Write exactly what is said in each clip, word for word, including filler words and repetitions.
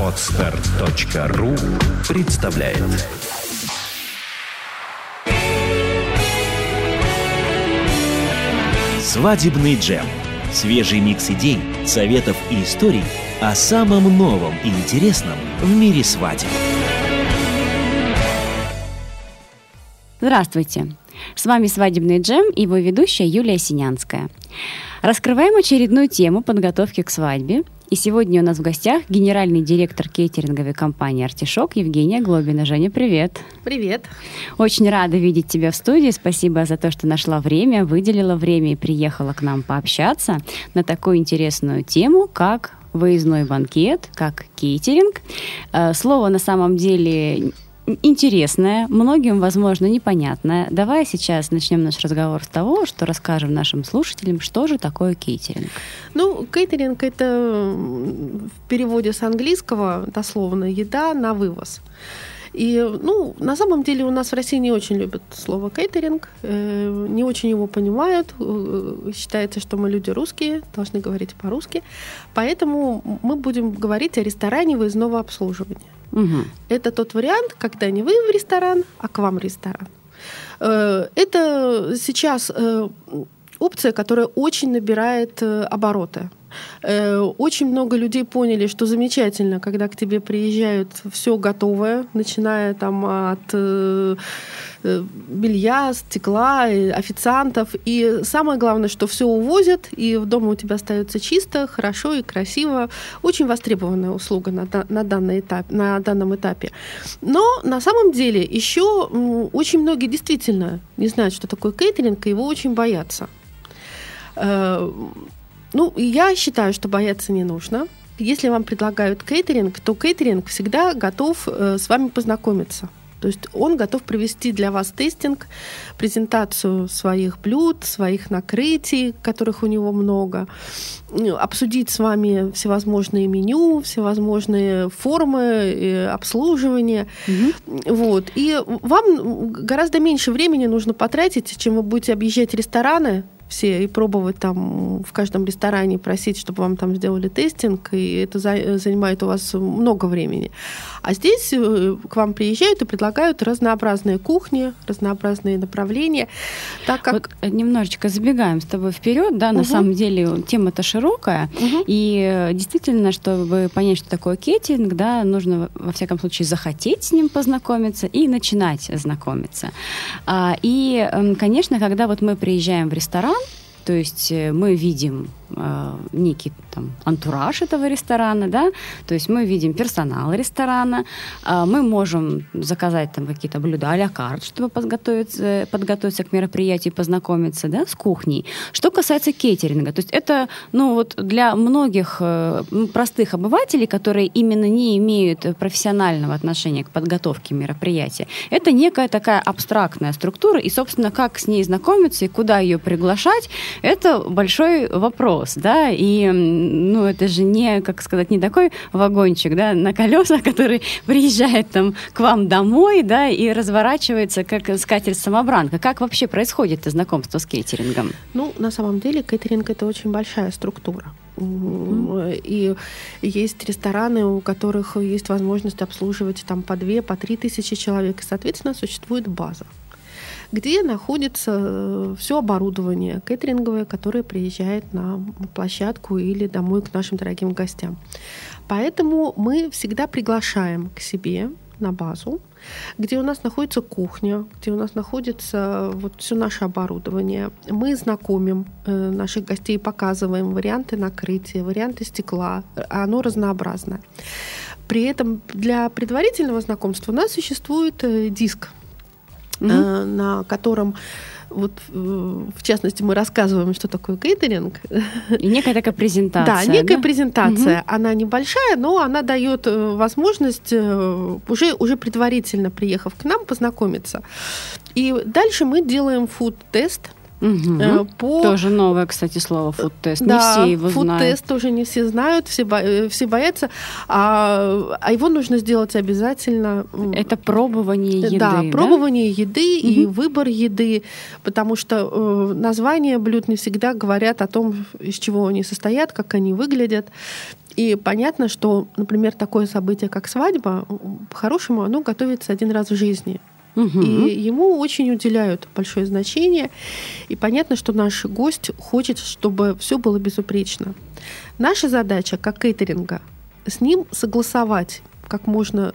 Oxford точка ру представляет. Свадебный джем. Свежий микс идей, советов и историй о самом новом и интересном в мире свадеб. Здравствуйте! С вами «Свадебный джем» и его ведущая Юлия Синянская. Раскрываем очередную тему подготовки к свадьбе. И сегодня у нас в гостях генеральный директор кейтеринговой компании «Артишок» Евгения Глобина. Женя, привет! Привет! Очень рада видеть тебя в студии. Спасибо за то, что нашла время, выделила время и приехала к нам пообщаться на такую интересную тему, как выездной банкет, как кейтеринг. Слово на самом деле интересное, многим, возможно, непонятное. Давай сейчас начнем наш разговор с того, что расскажем нашим слушателям, что же такое кейтеринг. Ну, кейтеринг – это в переводе с английского дословно «еда на вывоз». И, ну, на самом деле у нас в России не очень любят слово кейтеринг, э, не очень его понимают. Э, считается, что мы люди русские, должны говорить по-русски. Поэтому мы будем говорить о ресторане выездного обслуживания. Угу. Это тот вариант, когда не вы в ресторан, а к вам ресторан. Э, это сейчас э, опция, которая очень набирает э, обороты. Очень много людей поняли, что замечательно, когда к тебе приезжают все готовое, начиная там от белья, стекла, официантов. И самое главное, что все увозят, и дома у тебя остается чисто, хорошо и красиво. Очень востребованная услуга на, на, данный этап, на данном этапе. Но на самом деле еще очень многие действительно не знают, что такое кейтеринг, и его очень боятся. Ну, я считаю, что бояться не нужно. Если вам предлагают кейтеринг, то кейтеринг всегда готов э, с вами познакомиться. То есть он готов провести для вас тестинг, презентацию своих блюд, своих накрытий, которых у него много, обсудить с вами всевозможные меню, всевозможные формы обслуживания. Mm-hmm. Вот. И вам гораздо меньше времени нужно потратить, чем вы будете объезжать рестораны все и пробовать там в каждом ресторане, просить, чтобы вам там сделали тестинг, и это за, занимает у вас много времени. А здесь к вам приезжают и предлагают разнообразные кухни, разнообразные направления. Так как... Вот немножечко забегаем с тобой вперед, да, угу. На самом деле тема-то широкая, угу. И действительно, чтобы понять, что такое кейтеринг, да, нужно во всяком случае захотеть с ним познакомиться и начинать знакомиться. И, конечно, когда вот мы приезжаем в ресторан, то есть мы видим э, некий там антураж этого ресторана, да, то есть мы видим персонал ресторана, э, мы можем заказать там какие-то блюда а-ля карт, чтобы подготовиться, подготовиться к мероприятию, познакомиться, да, с кухней. Что касается кейтеринга, то есть это, ну вот для многих э, простых обывателей, которые именно не имеют профессионального отношения к подготовке мероприятия, это некая такая абстрактная структура, и, собственно, как с ней знакомиться и куда ее приглашать, это большой вопрос, да, и, ну, это же не, как сказать, не такой вагончик, да, на колесах, который приезжает там к вам домой, да, и разворачивается, как скатерть-самобранка. Как вообще происходит это знакомство с кейтерингом? Ну, на самом деле, кейтеринг – это очень большая структура. Mm-hmm. И есть рестораны, у которых есть возможность обслуживать там по две, по три тысячи человек, и, соответственно, существует база, где находится все оборудование кейтеринговое, которое приезжает на площадку или домой к нашим дорогим гостям. Поэтому мы всегда приглашаем к себе на базу, где у нас находится кухня, где у нас находится вот все наше оборудование. Мы знакомим э, наших гостей, показываем варианты накрытия, варианты стекла. Оно разнообразное. При этом для предварительного знакомства у нас существует э, диск, Mm-hmm. на котором, вот, в частности, мы рассказываем, что такое кейтеринг. И некая такая презентация. Да, некая да? презентация. Mm-hmm. Она небольшая, но она дает возможность уже, уже предварительно, приехав к нам, познакомиться. И дальше мы делаем фуд-тест. Угу. По... Тоже новое, кстати, слово фуд-тест. Да, не все его фуд-тест знают. Фуд-тест тоже не все знают, все, бо... все боятся, а... а его нужно сделать обязательно. Это пробование еды, да? Да, пробование еды угу. и выбор еды, потому что э, названия блюд не всегда говорят о том, из чего они состоят, как они выглядят. И понятно, что, например, такое событие, как свадьба, по-хорошему, оно готовится один раз в жизни. Угу. И ему очень уделяют большое значение. И понятно, что наш гость хочет, чтобы все было безупречно. Наша задача, как кейтеринга, с ним согласовать как можно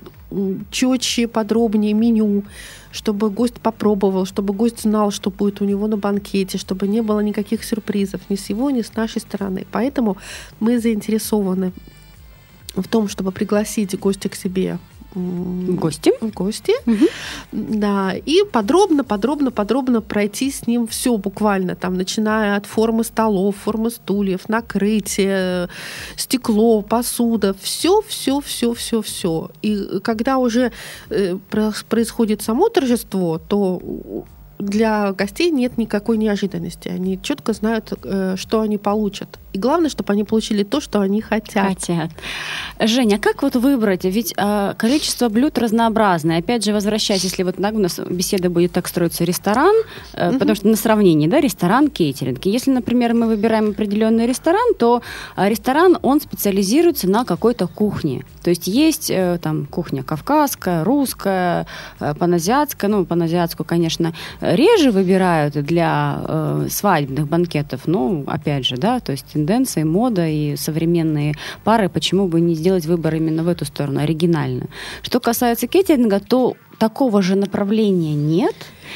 четче, подробнее меню, чтобы гость попробовал, чтобы гость знал, что будет у него на банкете, чтобы не было никаких сюрпризов ни с его, ни с нашей стороны. Поэтому мы заинтересованы в том, чтобы пригласить гостя к себе в гости. В гости. Угу. Да, и подробно, подробно, подробно пройти с ним все буквально, там, начиная от формы столов, формы стульев, накрытия, стекло, посуда, все, все, все, все, все. И когда уже происходит само торжество, то для гостей нет никакой неожиданности. Они четко знают, что они получат. И главное, чтобы они получили то, что они хотят. Хотят. Женя, а как вот выбрать? Ведь э, количество блюд разнообразное. Опять же, возвращаясь, если вот да, у нас беседа будет так строиться, ресторан, э, uh-huh. потому что на сравнении, да, ресторан, кейтеринг. Если, например, мы выбираем определенный ресторан, то э, ресторан, он специализируется на какой-то кухне. То есть есть э, там кухня кавказская, русская, э, паназиатская. Ну, паназиатскую, конечно, реже выбирают для э, свадебных банкетов. Ну, опять же, да, то есть тенденции, мода и современные пары, почему бы не сделать выбор именно в эту сторону, оригинально. Что касается кейтеринга, то такого же направления нет.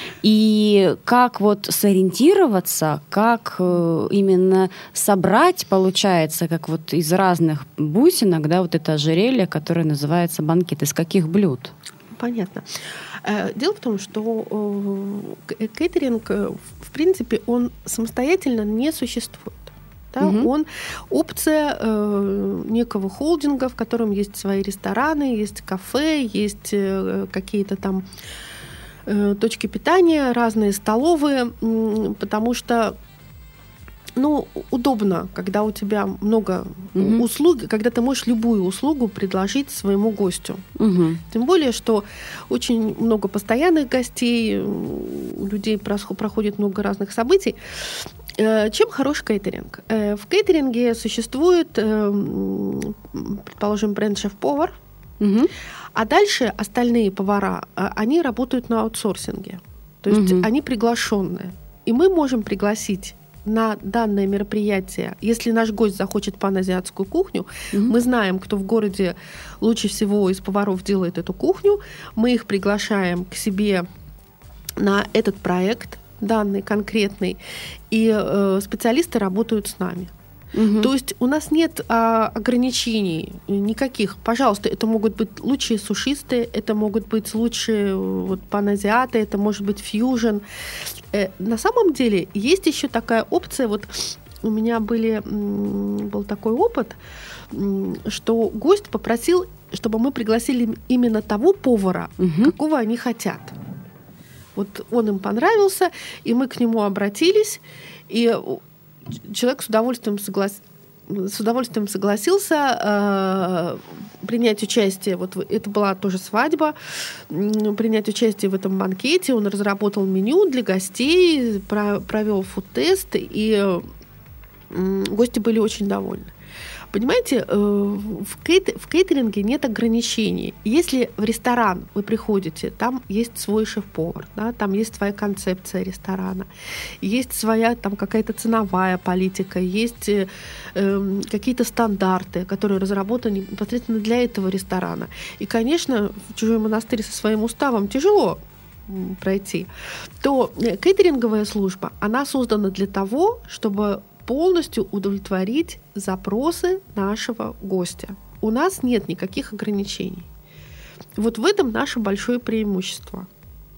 И как вот сориентироваться, как э, именно собрать, получается, как вот из разных бусинок, да, вот это ожерелье, которое называется банкет, из каких блюд? Понятно. Дело в том, что кейтеринг, в принципе, он самостоятельно не существует. Да? Угу. Он опция э, некого холдинга, в котором есть свои рестораны, есть кафе, есть э, какие-то там э, точки питания, разные столовые, э, потому что ну, удобно, когда у тебя много mm-hmm. услуг, когда ты можешь любую услугу предложить своему гостю. Mm-hmm. Тем более, что очень много постоянных гостей, у людей проходит много разных событий. Чем хорош кейтеринг? В кейтеринге существует, предположим, бренд «Шеф-повар», mm-hmm. а дальше остальные повара, они работают на аутсорсинге. То есть mm-hmm. они приглашенные. И мы можем пригласить на данное мероприятие, если наш гость захочет паназиатскую кухню, mm-hmm. мы знаем, кто в городе лучше всего из поваров делает эту кухню, мы их приглашаем к себе на этот проект, данный, конкретный, и э, специалисты работают с нами. Угу. То есть у нас нет а, ограничений никаких. Пожалуйста, это могут быть лучшие сушисты, это могут быть лучшие вот, паназиаты, это может быть фьюжн. Э, на самом деле есть еще такая опция. Вот у меня были, был такой опыт, что гость попросил, чтобы мы пригласили именно того повара, угу. какого они хотят. Вот он им понравился, и мы к нему обратились, и человек с удовольствием, соглас... с удовольствием согласился э, принять участие. Вот это была тоже свадьба, принять участие в этом банкете. Он разработал меню для гостей, провел фуд-тест, и э, гости были очень довольны. Понимаете, в кейтеринге нет ограничений. Если в ресторан вы приходите, там есть свой шеф-повар, да, там есть своя концепция ресторана, есть своя там какая-то ценовая политика, есть э, какие-то стандарты, которые разработаны непосредственно для этого ресторана. И, конечно, в чужой монастырь со своим уставом тяжело пройти. То кейтеринговая служба, она создана для того, чтобы полностью удовлетворить запросы нашего гостя. У нас нет никаких ограничений. Вот в этом наше большое преимущество.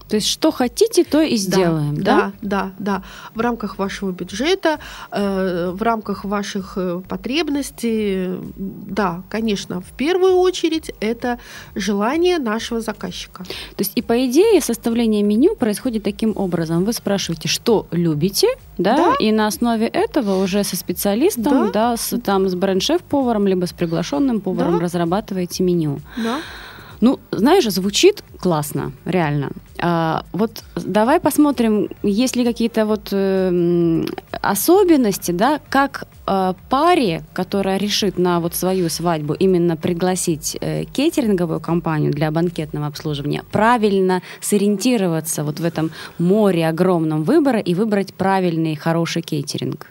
То есть что хотите, то и сделаем, да? Да, да, да. В рамках вашего бюджета, э, в рамках ваших потребностей, да, конечно, в первую очередь это желание нашего заказчика. То есть и по идее составление меню происходит таким образом. Вы спрашиваете, что любите, да, да. и на основе этого уже со специалистом, да, да с, там, с бренд-шеф-поваром, либо с приглашенным поваром да. разрабатываете меню. Да. Ну, знаешь, звучит классно, реально. А, вот давай посмотрим, есть ли какие-то вот э, особенности, да, как э, паре, которая решит на вот свою свадьбу именно пригласить э, кейтеринговую компанию для банкетного обслуживания, правильно сориентироваться вот в этом море огромном выбора и выбрать правильный, хороший кейтеринг.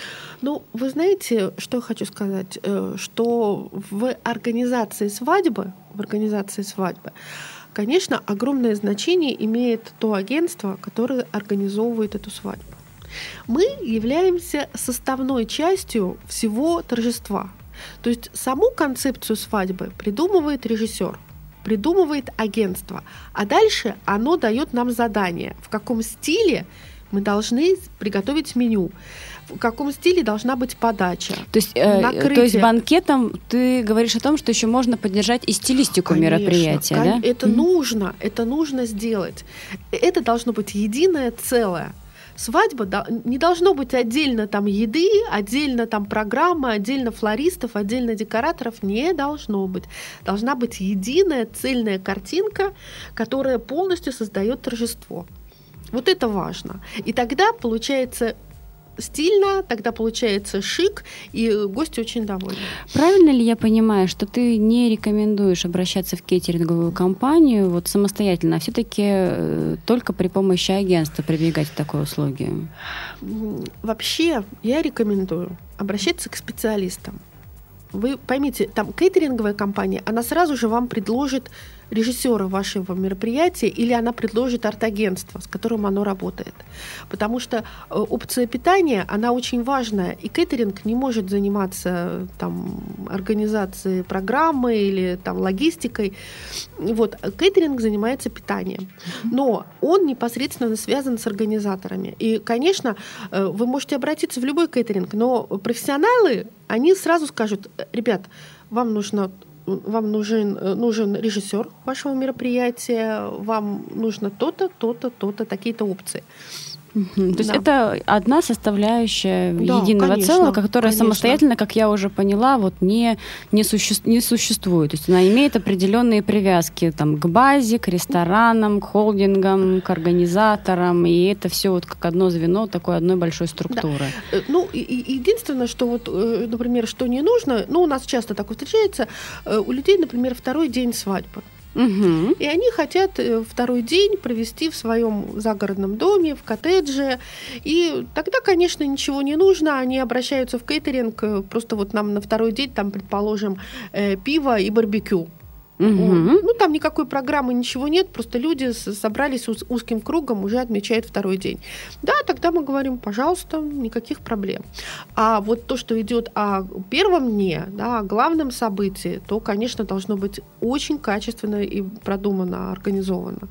Ну, вы знаете, что я хочу сказать, что в организации свадьбы, в организации свадьбы, конечно, огромное значение имеет то агентство, которое организовывает эту свадьбу. Мы являемся составной частью всего торжества. То есть саму концепцию свадьбы придумывает режиссер, придумывает агентство, а дальше оно дает нам задание, в каком стиле мы должны приготовить меню, в каком стиле должна быть подача. То есть, э, то есть банкетом ты говоришь о том, что еще можно поддержать и стилистику конечно, мероприятия, кон- да? Это mm-hmm. нужно, это нужно сделать. Это должно быть единое целое. Свадьба да, не должно быть отдельно там еды, отдельно там программы, отдельно флористов, отдельно декораторов. Не должно быть. Должна быть единая цельная картинка, которая полностью создает торжество. Вот это важно. И тогда получается стильно, тогда получается шик, и гости очень довольны. Правильно ли я понимаю, что ты не рекомендуешь обращаться в кейтеринговую компанию вот самостоятельно, а все-таки только при помощи агентства прибегать к такой услуге? Вообще, я рекомендую обращаться к специалистам. Вы поймите, там кейтеринговая компания, она сразу же вам предложит режиссера вашего мероприятия или она предложит арт-агентство, с которым оно работает. Потому что опция питания, она очень важная, и кейтеринг не может заниматься там, организацией программы или там, логистикой. Вот. Кейтеринг занимается питанием. Но он непосредственно связан с организаторами. И, конечно, вы можете обратиться в любой кейтеринг, но профессионалы, они сразу скажут: ребят, вам нужно вам нужен, нужен режиссер вашего мероприятия, вам нужно то-то, то-то, то-то, такие-то опции. Uh-huh. То есть да. это одна составляющая да, единого конечно, целого, которая конечно. самостоятельно, как я уже поняла, вот не, не, суще, не существует. То есть она имеет определенные привязки там, к базе, к ресторанам, к холдингам, к организаторам, и это все вот как одно звено такой одной большой структуры. Да. Ну, и, и единственное, что вот, например, что не нужно, ну, у нас часто такое встречается, у людей, например, второй день свадьбы. Угу. И они хотят второй день провести в своем загородном доме, в коттедже. И тогда, конечно, ничего не нужно. Они обращаются в кейтеринг. Просто вот нам на второй день, там, предположим, пиво и барбекю. Угу. Ну, там никакой программы, ничего нет, просто люди собрались узким кругом, уже отмечают второй день. Да, тогда мы говорим, пожалуйста, никаких проблем. А вот то, что идет о первом дне, да, о главном событии, то, конечно, должно быть очень качественно и продуманно, организовано.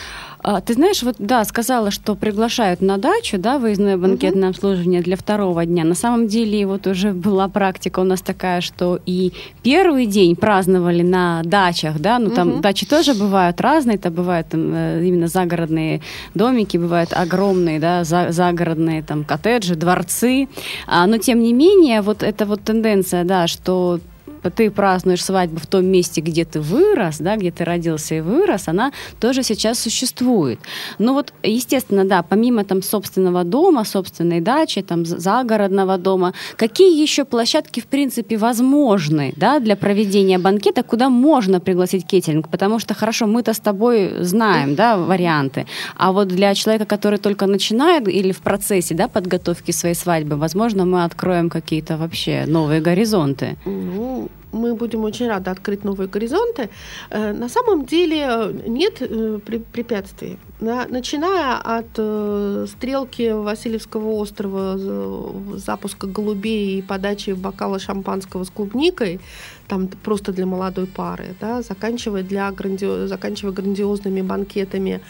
А, ты знаешь, вот да, сказала, что приглашают на дачу, да, выездное банкетное uh-huh. обслуживание для второго дня. На самом деле вот уже была практика у нас такая, что и первый день праздновали на дачах, да, ну там uh-huh. дачи тоже бывают разные, это бывают там, именно загородные домики, бывают огромные, да, за, загородные там коттеджи, дворцы, а, но тем не менее вот эта вот тенденция, да, что ты празднуешь свадьбу в том месте, где ты вырос, да, где ты родился и вырос, она тоже сейчас существует. Но вот, естественно, да, помимо там собственного дома, собственной дачи, там загородного дома, какие еще площадки, в принципе, возможны, да, для проведения банкета, куда можно пригласить кейтеринг? Потому что, хорошо, мы-то с тобой знаем, да, варианты, а вот для человека, который только начинает или в процессе, да, подготовки своей свадьбы, возможно, мы откроем какие-то вообще новые горизонты. Ну, мы будем очень рады открыть новые горизонты. На самом деле нет препятствий. Начиная от стрелки Васильевского острова, запуска голубей и подачи бокала шампанского с клубникой, там просто для молодой пары, да, заканчивая, для гранди... заканчивая грандиозными банкетами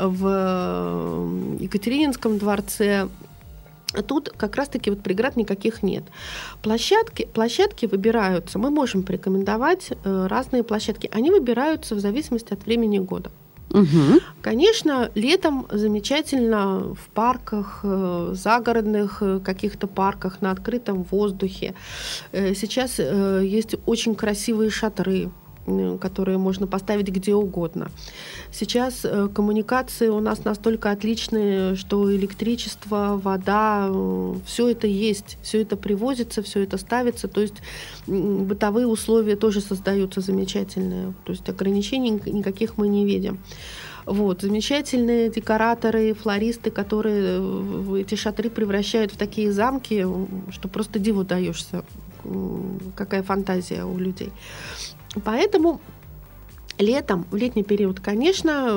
в Екатерининском дворце. Тут как раз-таки вот преград никаких нет. Площадки, площадки выбираются, мы можем порекомендовать разные площадки. Они выбираются в зависимости от времени года. Угу. Конечно, летом замечательно в парках, загородных каких-то парках, на открытом воздухе. Сейчас есть очень красивые шатры, которые можно поставить где угодно. Сейчас коммуникации у нас настолько отличные, что электричество, вода, все это есть, все это привозится, все это ставится, то есть бытовые условия тоже создаются замечательные, то есть ограничений никаких мы не видим. Вот, замечательные декораторы, флористы, которые эти шатры превращают в такие замки, что просто диву даешься, какая фантазия у людей. Поэтому летом, в летний период, конечно,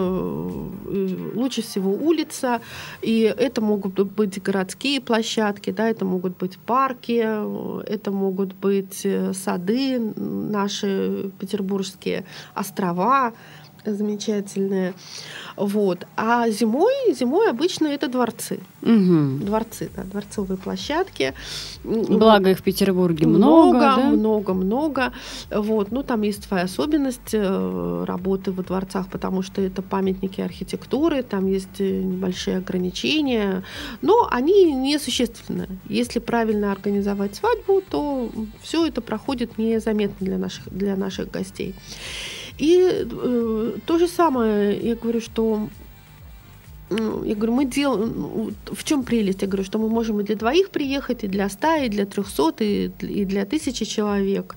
лучше всего улица, и это могут быть городские площадки, да, это могут быть парки, это могут быть сады наши петербургские, острова замечательные. Вот. А зимой, зимой обычно это дворцы. Угу. Дворцы, да, дворцовые площадки. Благо их в Петербурге много, много, да? много, много. Вот. Ну, там есть своя особенность работы во дворцах, потому что это памятники архитектуры, там есть небольшие ограничения, но они несущественны. Если правильно организовать свадьбу, то все это проходит незаметно для наших, для наших гостей. И э, то же самое, я говорю, что э, я говорю, мы делаем, в чем прелесть? Я говорю, что мы можем и для двоих приехать, и для ста, и для трехсот, и, и для тысячи человек.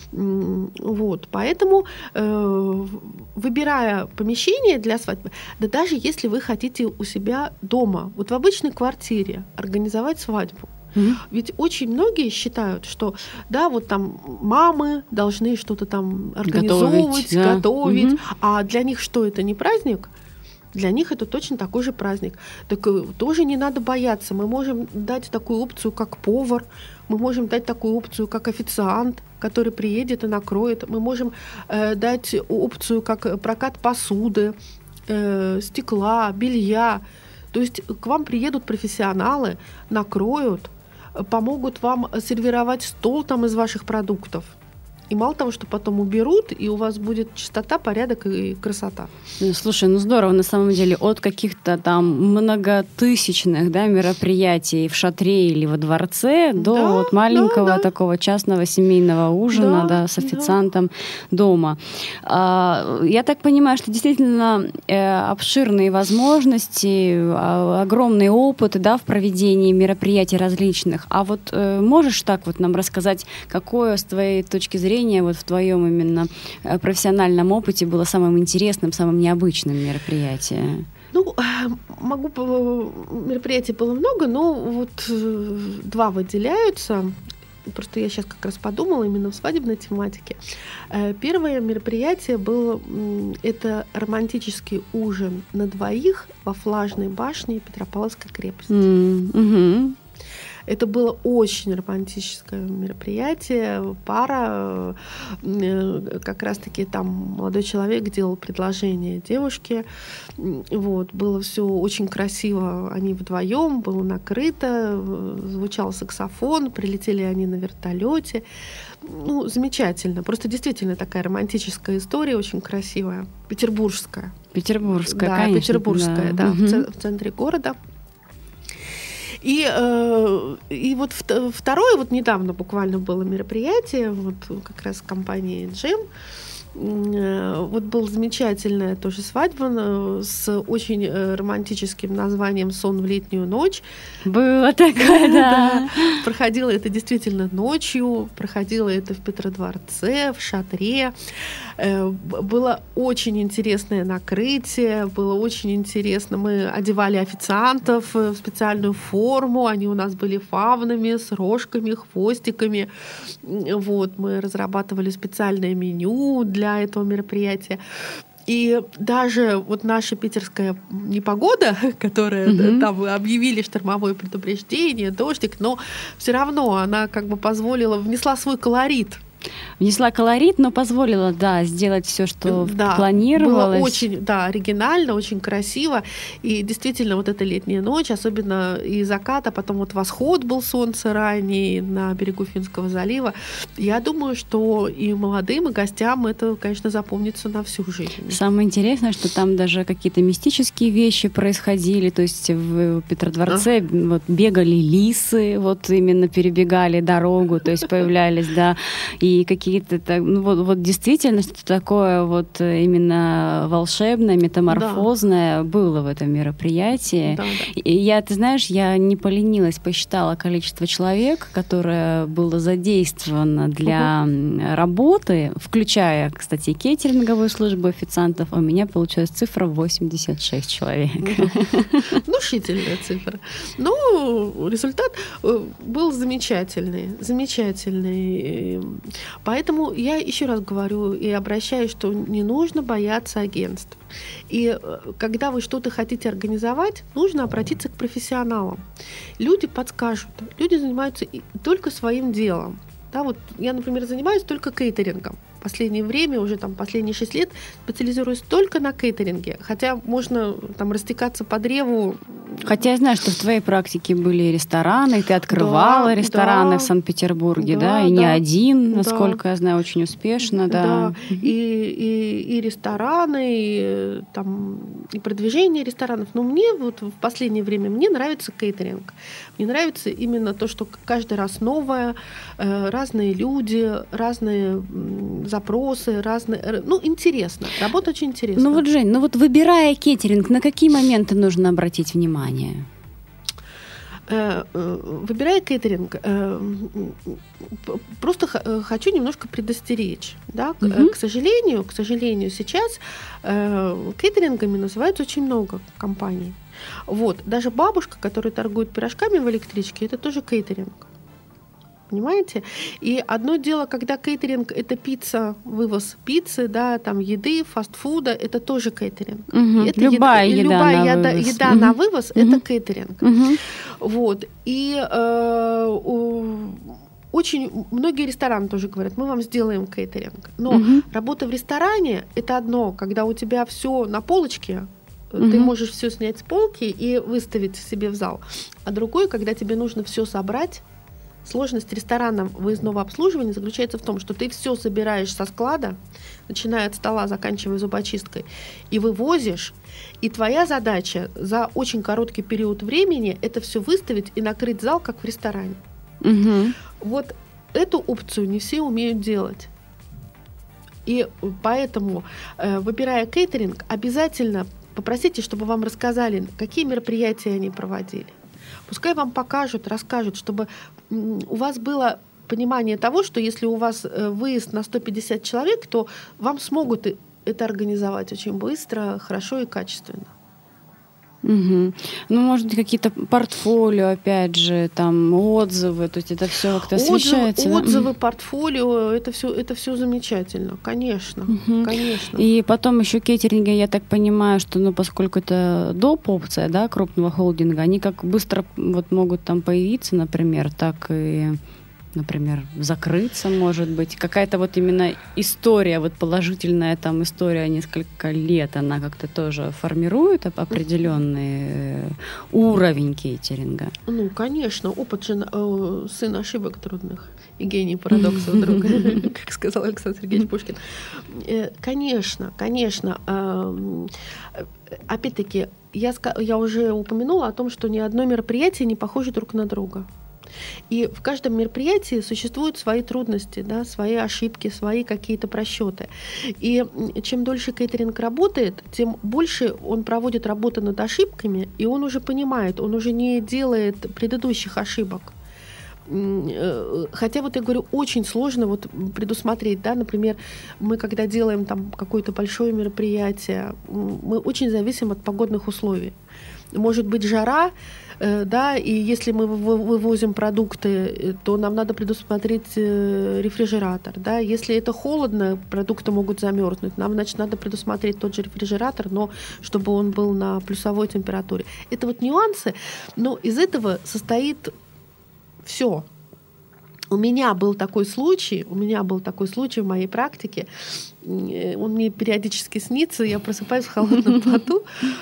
Вот, поэтому, э, выбирая помещение для свадьбы, да даже если вы хотите у себя дома, вот в обычной квартире организовать свадьбу, Mm-hmm. ведь очень многие считают, что да, вот там мамы должны что-то там организовывать, готовить, да. готовить. Mm-hmm. А для них что, это не праздник? Для них это точно такой же праздник. Так тоже не надо бояться. Мы можем дать такую опцию, как повар, мы можем дать такую опцию, как официант, который приедет и накроет. Мы можем э, дать опцию, как прокат посуды, э, стекла, белья. То есть к вам приедут профессионалы, накроют, помогут вам сервировать стол там из ваших продуктов. И мало того, что потом уберут, и у вас будет чистота, порядок и красота. Слушай, ну здорово, на самом деле, от каких-то там многотысячных, да, мероприятий в шатре или во дворце до да, вот маленького да, да. такого частного семейного ужина, да, да, с официантом да. дома. А, я так понимаю, что действительно э, обширные возможности, э, огромный опыт, да, в проведении мероприятий различных. А вот э, можешь так вот нам рассказать, какое с твоей точки зрения вот в твоем именно профессиональном опыте было самым интересным, самым необычным мероприятием? Ну, могу... Мероприятий было много, но вот два выделяются. Просто я сейчас как раз подумала именно в свадебной тематике. Первое мероприятие было... Это романтический ужин на двоих во Флажной башне Петропавловской крепости. Mm-hmm. Это было очень романтическое мероприятие. Пара, как раз-таки там молодой человек делал предложение девушке. Вот, было все очень красиво. Они вдвоем, было накрыто, звучал саксофон, прилетели они на вертолете. Ну, замечательно. Просто действительно такая романтическая история, очень красивая. Петербургская. Петербургская, да, конечно. Петербургская, да, да угу. в центре города. И, э, и вот второе, вот недавно буквально было мероприятие, вот как раз компании джем, Вот была замечательная тоже свадьба с очень романтическим названием «Сон в летнюю ночь». Было такое, да. Проходило это действительно ночью, проходило это в Петродворце, в шатре. Было очень интересное накрытие, было очень интересно. Мы одевали официантов в специальную форму, они у нас были фавнами, с рожками, хвостиками. Вот, мы разрабатывали специальное меню для этого мероприятия. И даже вот наша питерская непогода, которая mm-hmm. там объявили штормовое предупреждение, дождик, но все равно она как бы позволила, внесла свой колорит. Внесла колорит, но позволила, да, сделать все, что да, планировалось. Было очень, да, оригинально, очень красиво. И действительно, вот эта летняя ночь, особенно и закат, а потом вот восход был солнца ранний на берегу Финского залива. Я думаю, что и молодым, и гостям это, конечно, запомнится на всю жизнь. Самое интересное, что там даже какие-то мистические вещи происходили. То есть в Петродворце а? вот, бегали лисы, вот именно перебегали дорогу, то есть появлялись, да, и какие-то, ну, вот, вот действительно что-то такое вот именно волшебное, метаморфозное да. было в этом мероприятии. Да, да. И я, ты знаешь, я не поленилась, посчитала количество человек, которое было задействовано для угу. работы, включая, кстати, кейтеринговую службу официантов. У меня получилась цифра восемьдесят шесть человек. Внушительная цифра. Ну, результат был замечательный, замечательный. Поэтому я еще раз говорю и обращаюсь, что не нужно бояться агентств. И когда вы что-то хотите организовать, нужно обратиться к профессионалам. Люди подскажут. Люди занимаются только своим делом. Да, вот я, например, занимаюсь только кейтерингом. В последнее время, уже там последние шесть лет, специализируюсь только на кейтеринге. Хотя можно там растекаться по древу. Хотя я знаю, что в твоей практике были рестораны, ты открывала да, рестораны да, в Санкт-Петербурге, да, да и не да, один, насколько да. я знаю, очень успешно, да. Да, и, и, и рестораны, и, там, и продвижение ресторанов. Но мне вот в последнее время мне нравится кейтеринг. Мне нравится именно то, что каждый раз новое, разные люди, разные запросы, разные... Ну, интересно. Работа очень интересна. Ну вот, Жень, ну вот выбирая кейтеринг, на какие моменты нужно обратить внимание? Выбирая кейтеринг, просто хочу немножко предостеречь. Да? Угу. К сожалению, к сожалению, сейчас кейтерингами называют очень много компаний. Вот. Даже бабушка, которая торгует пирожками в электричке, это тоже кейтеринг. Понимаете? И одно дело, когда кейтеринг – это пицца, вывоз пиццы, да, там еды, фастфуда, это тоже кейтеринг. Угу. Это любая еда, еда, любая на еда, вывоз, еда угу. на вывоз угу. это кейтеринг. Угу. Вот. И э, очень многие рестораны тоже говорят, мы вам сделаем кейтеринг. Но угу. работа в ресторане – это одно, когда у тебя все на полочке, угу. ты можешь все снять с полки и выставить себе в зал. А другой, когда тебе нужно все собрать. Сложность ресторана выездного обслуживания заключается в том, что ты все собираешь со склада, начиная от стола, заканчивая зубочисткой, и вывозишь. И твоя задача за очень короткий период времени это все выставить и накрыть зал, как в ресторане. Угу. Вот эту опцию не все умеют делать. И поэтому, выбирая кейтеринг, обязательно попросите, чтобы вам рассказали, какие мероприятия они проводили. Пускай вам покажут, расскажут, чтобы у вас было понимание того, что если у вас выезд на сто пятьдесят человек, то вам смогут это организовать очень быстро, хорошо и качественно. Угу. Ну, может быть, какие-то портфолио, опять же, там отзывы, то есть это все как-то освещается. Отзывы, отзывы, портфолио, это все, это все замечательно, конечно, угу. конечно. И потом еще кейтеринги, я так понимаю, что, ну, поскольку это доп. Опция, да, крупного холдинга, они как быстро вот могут там появиться, например, так и, например, закрыться, может быть. Какая-то вот именно история, вот положительная там история несколько лет, она как-то тоже формирует определенный уровень кейтеринга. Ну, конечно, опыт же э, сын ошибок трудных и гений парадоксов друг, как сказал Александр Сергеевич Пушкин. Конечно, конечно. Опять-таки, я уже упомянула о том, что ни одно мероприятие не похоже друг на друга. И в каждом мероприятии существуют свои трудности, да, свои ошибки, свои какие-то просчеты. И чем дольше кейтеринг работает, тем больше он проводит работы над ошибками, и он уже понимает, он уже не делает предыдущих ошибок. Хотя вот я говорю, очень сложно вот предусмотреть, да, например, мы когда делаем там какое-то большое мероприятие, мы очень зависим от погодных условий. Может быть жара, да, и если мы вывозим продукты, то нам надо предусмотреть рефрижератор, да. Если это холодно, продукты могут замерзнуть, нам, значит, надо предусмотреть тот же рефрижератор, но чтобы он был на плюсовой температуре. Это вот нюансы, но из этого состоит все. У меня был такой случай, у меня был такой случай в моей практике, он мне периодически снится, я просыпаюсь в холодном поту.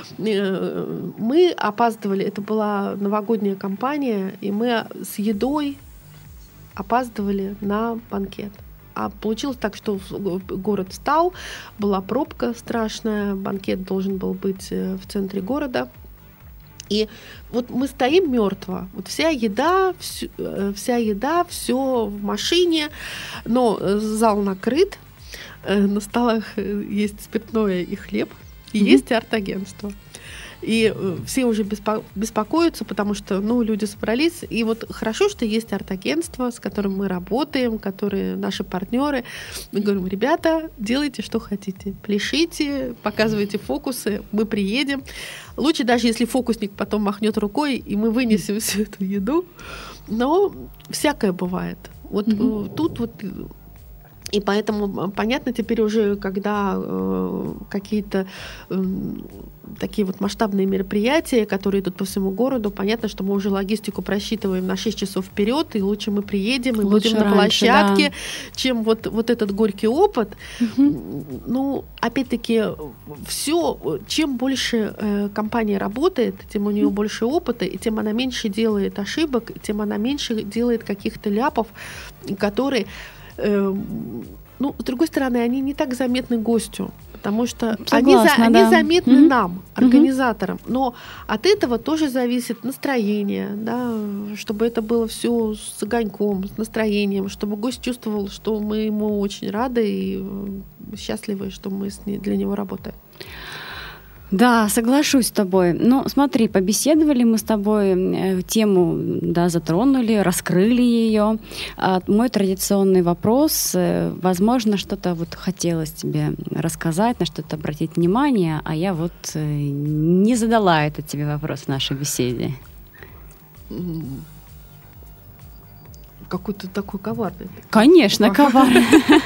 Мы опаздывали, это была новогодняя кампания, и мы с едой опаздывали на банкет. А получилось так, что город встал, была пробка страшная, банкет должен был быть в центре города. И вот мы стоим мертво. Вот вся еда, всю, вся еда, все в машине, но зал накрыт, на столах есть спиртное и хлеб, и mm-hmm. есть арт-агентство. И все уже беспо- беспокоятся, потому что, ну, люди собрались. И вот хорошо, что есть арт-агентство, с которым мы работаем, которые наши партнеры. Мы говорим: ребята, делайте, что хотите. Пляшите, показывайте фокусы, мы приедем. Лучше даже, если фокусник потом махнет рукой, и мы вынесем всю эту еду. Но всякое бывает. Вот mm-hmm. тут вот... И поэтому понятно теперь уже, когда э, какие-то э, такие вот масштабные мероприятия, которые идут по всему городу, понятно, что мы уже логистику просчитываем на шесть часов вперед, и лучше мы приедем и лучше будем раньше, на площадке, да. чем вот, вот этот горький опыт. Угу. Ну, опять-таки, все, чем больше э, компания работает, тем у нее больше опыта, и тем она меньше делает ошибок, тем она меньше делает каких-то ляпов, которые... Ну, с другой стороны, они не так заметны гостю, потому что Согласна, они, за, да. они заметны mm-hmm. нам, организаторам. Mm-hmm. Но от этого тоже зависит настроение, да, чтобы это было все с огоньком, с настроением, чтобы гость чувствовал, что мы ему очень рады и счастливы, что мы с ней, для него работаем. Да, соглашусь с тобой. Ну, смотри, побеседовали мы с тобой, тему, да, затронули, раскрыли ее. А мой традиционный вопрос, возможно, что-то вот хотелось тебе рассказать, на что-то обратить внимание, а я вот не задала этот тебе вопрос в нашей беседе. Какой-то такой коварный. Конечно, коварный.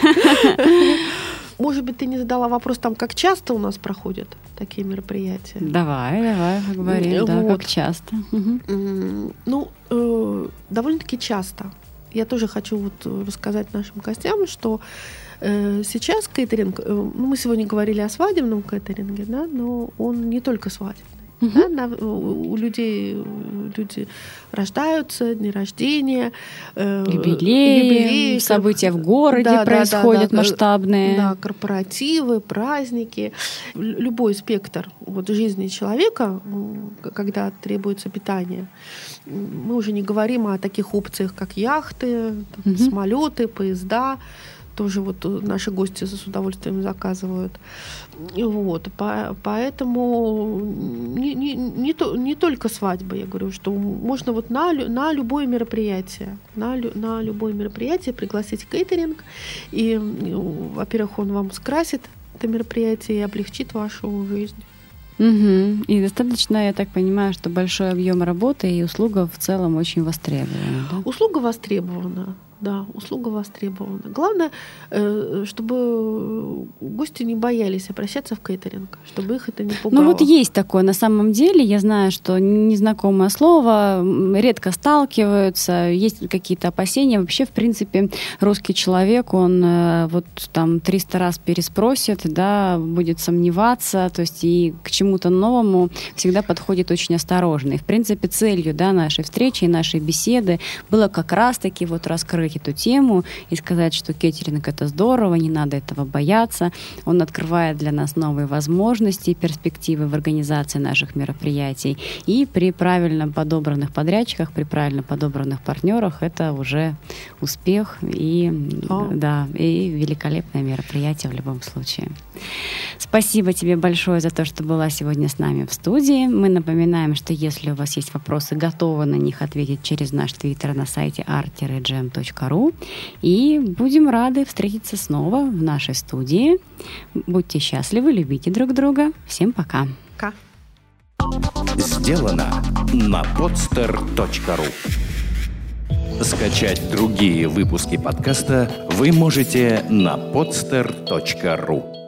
Может быть, ты не задала вопрос, там, как часто у нас проходят такие мероприятия? Давай, давай, поговорим, вот. Да, как часто. Угу. Ну, э, довольно-таки часто. Я тоже хочу вот рассказать нашим гостям, что э, сейчас кейтеринг, э, ну, мы сегодня говорили о свадебном кейтеринге, да, но он не только свадебный. Uh-huh. Да, на, у людей люди рождаются, дни рождения, э, юбилеи, юбилеи, события в городе да, происходят да, да, масштабные. Да, корпоративы, праздники. Любой спектр вот, жизни человека, когда требуется питание. Мы уже не говорим о таких опциях, как яхты, uh-huh. самолеты, поезда. Тоже вот наши гости с удовольствием заказывают. Вот. По, поэтому не, не, не, то, не только свадьба, я говорю, что можно вот на, на любое мероприятие, на, на любое мероприятие пригласить кейтеринг, и, во-первых, он вам скрасит это мероприятие и облегчит вашу жизнь. Угу. И достаточно, я так понимаю, что большой объем работы и услуга в целом очень востребована. Да? Услуга востребована. Да, услуга востребована. Главное, чтобы гости не боялись обращаться в кейтеринг, чтобы их это не пугало. Ну вот есть такое на самом деле. Я знаю, что незнакомое слово, редко сталкиваются, есть какие-то опасения. Вообще, в принципе, русский человек, он вот там триста раз переспросит, да, будет сомневаться, то есть и к чему-то новому всегда подходит очень осторожно. И, в принципе, целью, да, нашей встречи и нашей беседы было как раз-таки вот раскрыть раскрыть эту тему и сказать, что кейтеринг — это здорово, не надо этого бояться. Он открывает для нас новые возможности и перспективы в организации наших мероприятий. И при правильно подобранных подрядчиках, при правильно подобранных партнерах это уже успех и, да, и великолепное мероприятие в любом случае. Спасибо тебе большое за то, что была сегодня с нами в студии. Мы напоминаем, что если у вас есть вопросы, готовы на них ответить через наш твиттер на сайте арт джем точка ру. И будем рады встретиться снова в нашей студии. Будьте счастливы, любите друг друга. Всем пока. Пока. Сделано на подстер точка ру. Скачать другие выпуски подкаста вы можете на подстер точка ру.